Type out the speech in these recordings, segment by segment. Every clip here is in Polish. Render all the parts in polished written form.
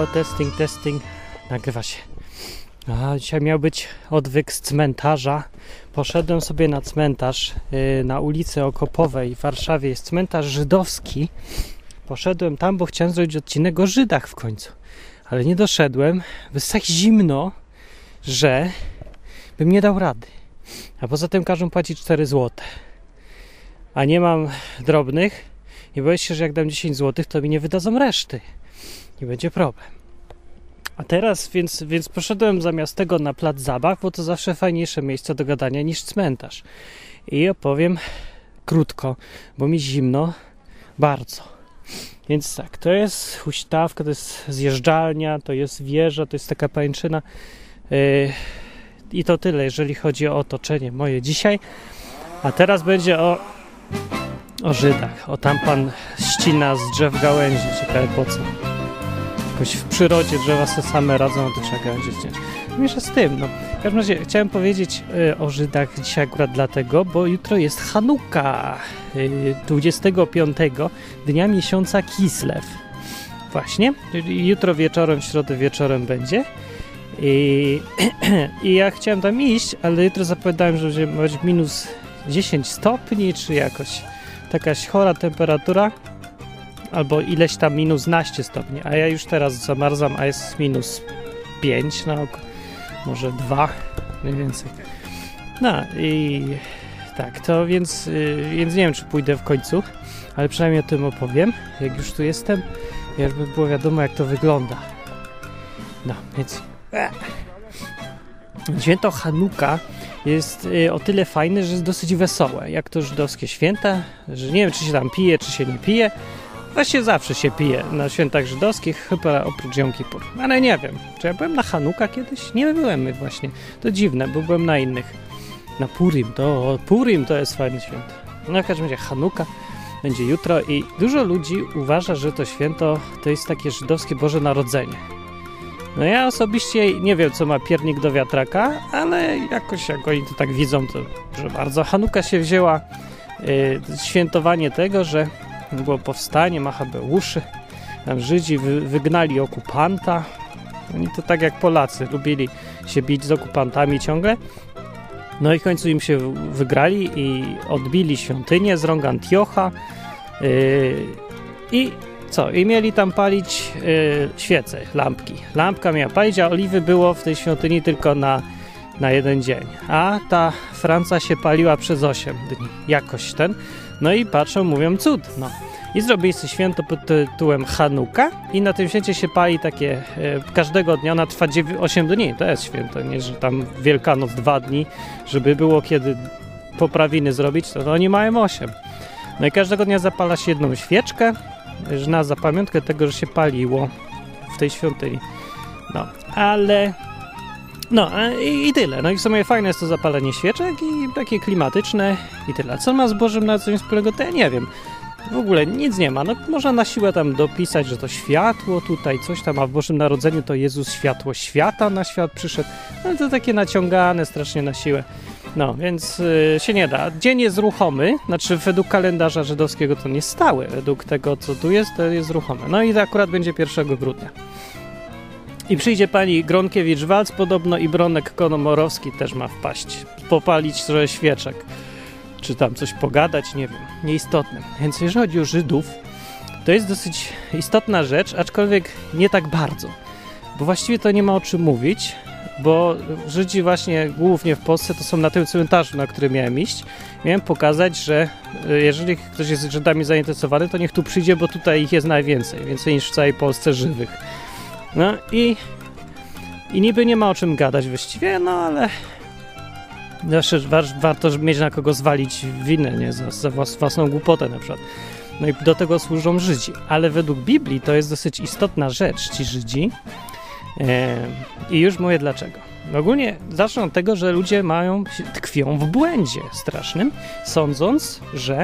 Halo, testing. Nagrywa się. Dzisiaj miał być odwyk z cmentarza. Poszedłem sobie na cmentarz na ulicy Okopowej w Warszawie. Jest cmentarz żydowski. Poszedłem tam, bo chciałem zrobić odcinek o Żydach w końcu. Ale nie doszedłem. Jest tak zimno, że bym nie dał rady. A poza tym każą płacić 4 zł. A nie mam drobnych i boję się, że jak dam 10 zł, to mi nie wydadzą reszty. I będzie problem. A teraz, więc poszedłem zamiast tego na plac zabaw, bo to zawsze fajniejsze miejsce do gadania niż cmentarz. I opowiem krótko, bo mi zimno bardzo. Więc tak, to jest huśtawka, to jest zjeżdżalnia, to jest wieża, to jest taka pajęczyna. I to tyle, jeżeli chodzi o otoczenie moje dzisiaj. A teraz będzie o Żydach. O, tam pan ścina z drzew gałęzi. Ciekawe po co. Jakoś w przyrodzie drzewa se same radzą, to trzeba gałęzie ściąć. Mniejsza z tym, no. W każdym razie chciałem powiedzieć o Żydach dzisiaj akurat dlatego, bo jutro jest Chanuka. 25 dnia miesiąca Kislew. Właśnie. Jutro wieczorem, w środę wieczorem będzie. I ja chciałem tam iść, ale jutro zapowiadałem, że będzie minus 10 stopni, czy jakoś jakaś chora temperatura, albo ileś tam minus 12 stopni, a ja już teraz zamarzam, a jest minus 5 na oko, może 2 mniej więcej. No i tak, to więc nie wiem, czy pójdę w końcu, ale przynajmniej o tym opowiem, jak już tu jestem, żeby było wiadomo, jak to wygląda. No, więc święto Chanuka jest o tyle fajne, że jest dosyć wesołe, jak to żydowskie święta, że nie wiem, czy się tam pije, czy się nie pije. Właściwie zawsze się pije na świętach żydowskich, chyba oprócz Jom Kippur. Ale nie wiem, czy ja byłem na Chanuka kiedyś? Nie byłem właśnie. To dziwne, bo byłem na innych. Na Purim to jest fajne święto. No w każdym razie Chanuka będzie jutro i dużo ludzi uważa, że to święto to jest takie żydowskie Boże Narodzenie. No ja osobiście nie wiem, co ma piernik do wiatraka, ale jakoś jak oni to tak widzą, to że bardzo. Chanuka się wzięła świętowanie tego, że było powstanie Machabeuszy, tam Żydzi wygnali okupanta. Oni to tak jak Polacy, lubili się bić z okupantami ciągle. No i w końcu im się wygrali i odbili świątynię z rąk Antiocha i co? I mieli tam palić świece, lampki. Lampka miała palić, a oliwy było w tej świątyni tylko na jeden dzień. A ta Franca się paliła przez 8 dni. Jakoś ten. No i patrzą, mówią cud. No. I zrobili sobie święto pod tytułem Chanuka i na tym święcie się pali takie każdego dnia, ona trwa 8 dni. To jest święto, nie? Że tam Wielkanoc 2 dni, żeby było kiedy poprawiny zrobić, to oni mają 8. No i każdego dnia zapala się jedną świeczkę, na zapamiątkę tego, że się paliło w tej świątyni. No, ale i tyle. No i w sumie fajne jest to zapalenie świeczek i takie klimatyczne i tyle. Co ma z Bożym Narodzeniem wspólnego, to ja nie wiem. W ogóle nic nie ma. No można na siłę tam dopisać, że to światło tutaj, coś tam, a w Bożym Narodzeniu to Jezus światło świata na świat przyszedł. No to takie naciągane strasznie na siłę. No, więc się nie da. Dzień jest ruchomy, znaczy według kalendarza żydowskiego to nie stały. Według tego, co tu jest, to jest ruchome. No i to akurat będzie 1 grudnia. I przyjdzie pani Gronkiewicz-Walc podobno i Bronek Komorowski też ma wpaść. Popalić trochę świeczek. Czy tam coś pogadać, nie wiem. Nieistotne. Więc jeżeli chodzi o Żydów, to jest dosyć istotna rzecz, aczkolwiek nie tak bardzo. Bo właściwie to nie ma o czym mówić, bo Żydzi właśnie głównie w Polsce to są na tym cmentarzu, na który miałem iść. Miałem pokazać, że jeżeli ktoś jest Żydami zainteresowany, to niech tu przyjdzie, bo tutaj ich jest najwięcej. Więcej niż w całej Polsce żywych. No i niby nie ma o czym gadać właściwie, no ale zawsze warto mieć na kogo zwalić winę, nie? Za własną głupotę na przykład. No i do tego służą Żydzi. Ale według Biblii to jest dosyć istotna rzecz, ci Żydzi. I już mówię dlaczego. Ogólnie zacznę od tego, że ludzie tkwią w błędzie strasznym, sądząc, że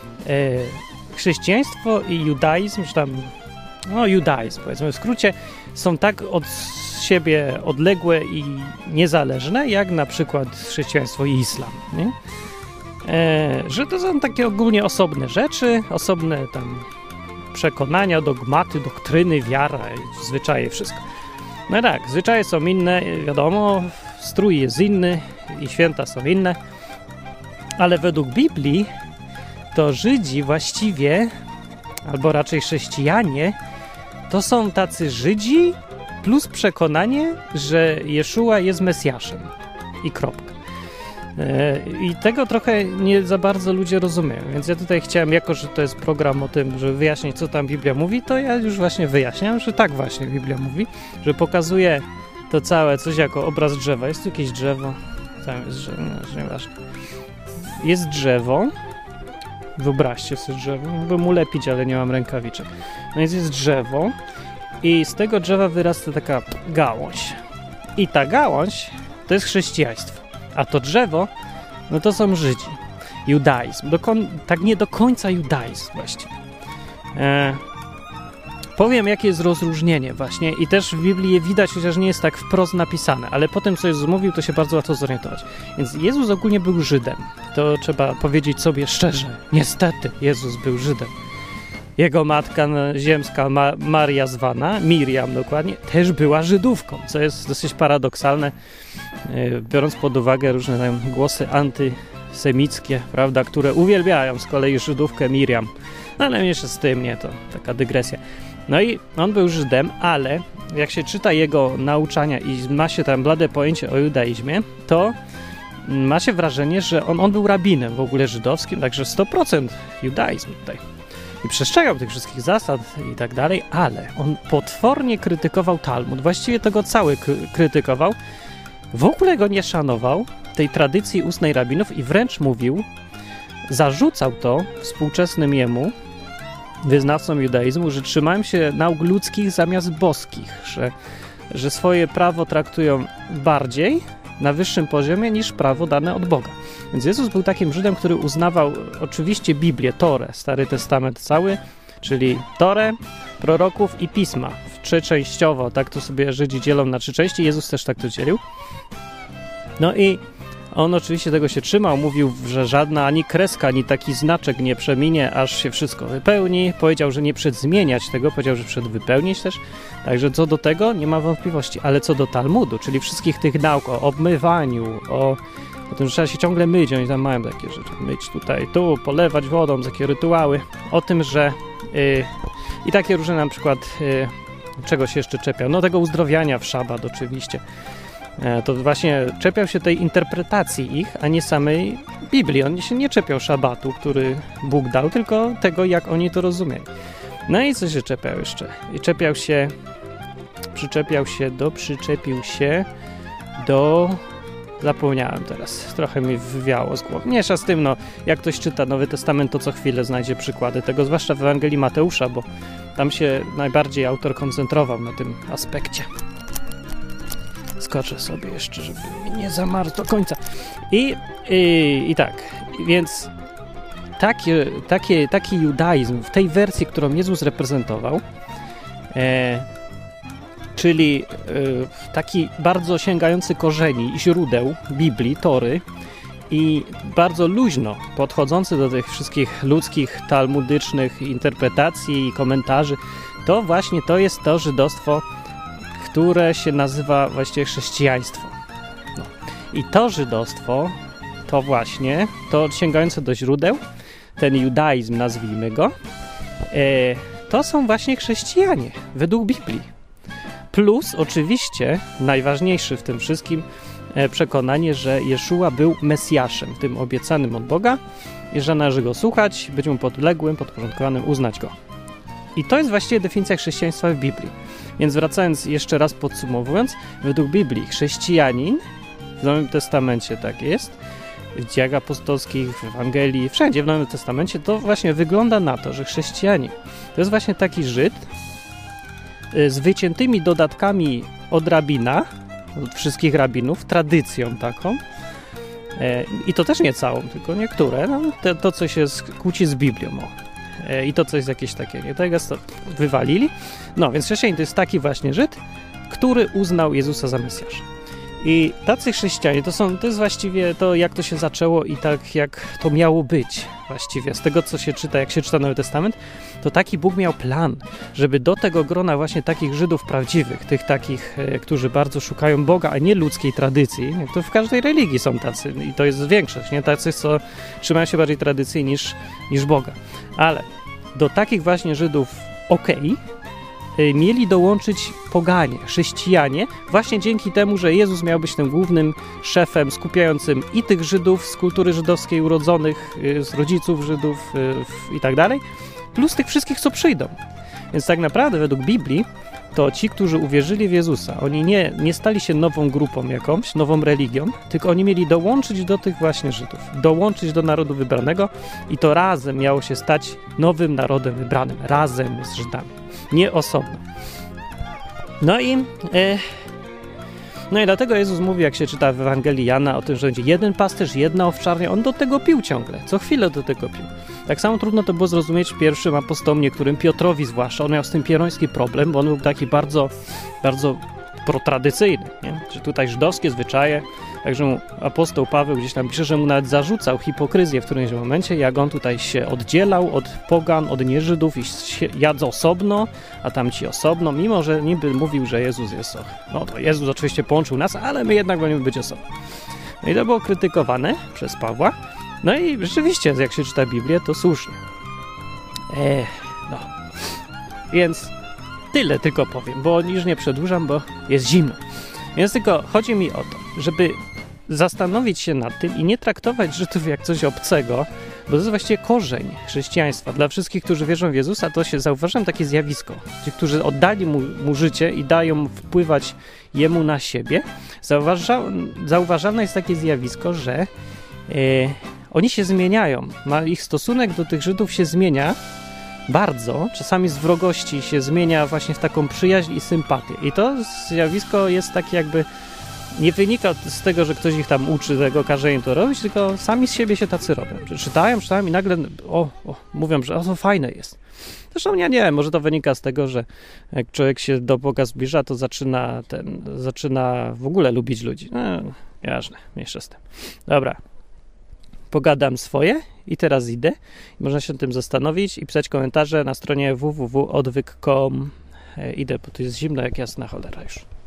chrześcijaństwo i judaizm, że tam judaizm powiedzmy w skrócie, są tak od siebie odległe i niezależne, jak na przykład chrześcijaństwo i islam, nie? Że to są takie ogólnie osobne rzeczy, osobne tam przekonania, dogmaty, doktryny, wiara, zwyczaje, wszystko. No tak, zwyczaje są inne, wiadomo, strój jest inny i święta są inne, ale według Biblii to Żydzi właściwie, albo raczej chrześcijanie, to są tacy Żydzi plus przekonanie, że Jeszua jest Mesjaszem. I kropka. I tego trochę nie za bardzo ludzie rozumieją, więc ja tutaj chciałem, jako że to jest program o tym, żeby wyjaśnić, co tam Biblia mówi, to ja już właśnie wyjaśniam, że tak właśnie Biblia mówi, że pokazuje to całe coś jako obraz drzewa. Jest tu jakieś drzewo? Tam jest drzewo, no, nieważne. Jest drzewo. Wyobraźcie sobie drzewo. Mógłbym ulepić, ale nie mam rękawiczek. No więc jest drzewo i z tego drzewa wyrasta taka gałąź. I ta gałąź to jest chrześcijaństwo. A to drzewo, no to są Żydzi. Judaizm. Tak nie do końca judaizm właściwie. Powiem, jakie jest rozróżnienie właśnie i też w Biblii je widać, chociaż nie jest tak wprost napisane, ale po tym, co Jezus mówił, to się bardzo łatwo zorientować. Więc Jezus ogólnie był Żydem. To trzeba powiedzieć sobie szczerze. Niestety, Jezus był Żydem. Jego matka ziemska, Maria zwana, Miriam dokładnie, też była Żydówką, co jest dosyć paradoksalne, biorąc pod uwagę różne tam głosy antysemickie, prawda, które uwielbiają z kolei Żydówkę Miriam. No, ale mniejsza z tym, nie, to taka dygresja. No i on był Żydem, ale jak się czyta jego nauczania i ma się tam blade pojęcie o judaizmie, to ma się wrażenie, że on był rabinem w ogóle żydowskim, także 100% judaizm tutaj. I przestrzegał tych wszystkich zasad i tak dalej, ale on potwornie krytykował Talmud. Właściwie tego cały krytykował. W ogóle go nie szanował, tej tradycji ustnej rabinów i wręcz mówił, zarzucał to współczesnym jemu, wyznawcom judaizmu, że trzymają się nauk ludzkich zamiast boskich, że swoje prawo traktują bardziej na wyższym poziomie niż prawo dane od Boga. Więc Jezus był takim Żydem, który uznawał oczywiście Biblię, Torę, Stary Testament cały, czyli Torę, proroków i Pisma. Trzyczęściowo, tak to sobie Żydzi dzielą na 3 części, Jezus też tak to dzielił. No i on oczywiście tego się trzymał, mówił, że żadna ani kreska, ani taki znaczek nie przeminie, aż się wszystko wypełni. Powiedział, że nie przedzmieniać tego, powiedział, że przedwypełnić też. Także co do tego nie ma wątpliwości. Ale co do Talmudu, czyli wszystkich tych nauk o obmywaniu, o tym, że trzeba się ciągle myć, oni tam mają takie rzeczy, myć tutaj, tu, polewać wodą, takie rytuały. O tym, że i takie różne na przykład, czego się jeszcze czepiał? No tego uzdrowiania w szabat oczywiście. To właśnie czepiał się tej interpretacji ich, a nie samej Biblii. On się nie czepiał szabatu, który Bóg dał, tylko tego, jak oni to rozumieli. No i co się czepiał jeszcze? I przyczepił się do... Zapomniałem teraz, trochę mi wywiało z głowy. Mniejsza z tym, no, jak ktoś czyta Nowy Testament, to co chwilę znajdzie przykłady tego, zwłaszcza w Ewangelii Mateusza, bo tam się najbardziej autor koncentrował na tym aspekcie. Skoczę sobie jeszcze, żeby mi nie zamarzł do końca. I tak, więc taki judaizm w tej wersji, którą Jezus reprezentował, czyli taki bardzo sięgający korzeni i źródeł Biblii, Tory i bardzo luźno podchodzący do tych wszystkich ludzkich, talmudycznych interpretacji i komentarzy, to właśnie to jest to żydostwo, które się nazywa właściwie chrześcijaństwo. No. I to żydostwo, to właśnie, to sięgające do źródeł, ten judaizm, nazwijmy go, to są właśnie chrześcijanie, według Biblii. Plus oczywiście, najważniejszy w tym wszystkim, przekonanie, że Jeszua był Mesjaszem, tym obiecanym od Boga i że należy go słuchać, być mu podległym, podporządkowanym, uznać go. I to jest właściwie definicja chrześcijaństwa w Biblii. Więc wracając jeszcze raz podsumowując, według Biblii chrześcijanin, w Nowym Testamencie tak jest, w dziejach apostolskich, w Ewangelii, wszędzie w Nowym Testamencie, to właśnie wygląda na to, że chrześcijanin to jest właśnie taki Żyd z wyciętymi dodatkami od rabina, od wszystkich rabinów, tradycją taką, i to też nie całą, tylko niektóre, no, to co się kłóci z Biblią, i to coś jakieś takie, nie? Tego wywalili. No, więc chrześcijanin to jest taki właśnie Żyd, który uznał Jezusa za Mesjasza. I tacy chrześcijanie, to jest właściwie to, jak to się zaczęło i tak, jak to miało być właściwie. Z tego, co się czyta, jak się czyta Nowy Testament, to taki Bóg miał plan, żeby do tego grona właśnie takich Żydów prawdziwych, tych takich, którzy bardzo szukają Boga, a nie ludzkiej tradycji, jak to w każdej religii są tacy i to jest większość, nie? Tacy, co trzymają się bardziej tradycji niż Boga. Ale do takich właśnie Żydów mieli dołączyć poganie, chrześcijanie, właśnie dzięki temu, że Jezus miał być tym głównym szefem skupiającym i tych Żydów z kultury żydowskiej urodzonych, z rodziców Żydów i tak dalej, plus tych wszystkich, co przyjdą. Więc tak naprawdę według Biblii to ci, którzy uwierzyli w Jezusa, oni nie stali się nową grupą jakąś, nową religią, tylko oni mieli dołączyć do tych właśnie Żydów, dołączyć do narodu wybranego i to razem miało się stać nowym narodem wybranym, razem z Żydami, nie osobno. No i dlatego Jezus mówi, jak się czyta w Ewangelii Jana, o tym, że będzie jeden pasterz, jedna owczarnia, on do tego pił ciągle, co chwilę do tego pił. Tak samo trudno to było zrozumieć pierwszym apostołom, niektórym Piotrowi zwłaszcza. On miał z tym pieroński problem, bo on był taki bardzo, bardzo protradycyjny, nie? Że tutaj żydowskie zwyczaje, także mu apostoł Paweł gdzieś tam pisze, że mu nawet zarzucał hipokryzję w którymś momencie, jak on tutaj się oddzielał od pogan, od nieżydów i jadł osobno, a tamci osobno, mimo że niby mówił, że Jezus jest to Jezus oczywiście połączył nas, ale my jednak będziemy być osobno. No i to było krytykowane przez Pawła. No i rzeczywiście, jak się czyta Biblię, to słusznie. Więc tyle tylko powiem, bo już nie przedłużam, bo jest zimno. Więc tylko chodzi mi o to, żeby zastanowić się nad tym i nie traktować Żydów jak coś obcego, bo to jest właściwie korzeń chrześcijaństwa. Dla wszystkich, którzy wierzą w Jezusa, to się zauważam takie zjawisko. Ci, którzy oddali mu życie i dają wpływać Jemu na siebie, zauważalne jest takie zjawisko, że oni się zmieniają. Ich stosunek do tych Żydów się zmienia bardzo. Czasami z wrogości się zmienia właśnie w taką przyjaźń i sympatię. I to zjawisko jest takie jakby nie wynika z tego, że ktoś ich tam uczy tego, każe im to robić, tylko sami z siebie się tacy robią. Czytają i nagle mówią, że to fajne jest. Zresztą ja nie wiem, może to wynika z tego, że jak człowiek się do Boga zbliża, to zaczyna w ogóle lubić ludzi. Jasne, mniejsza z tym. Dobra. Pogadam swoje i teraz idę. Można się tym zastanowić i pisać komentarze na stronie www.odwyk.com. Idę, bo tu jest zimno jak jasna cholera już.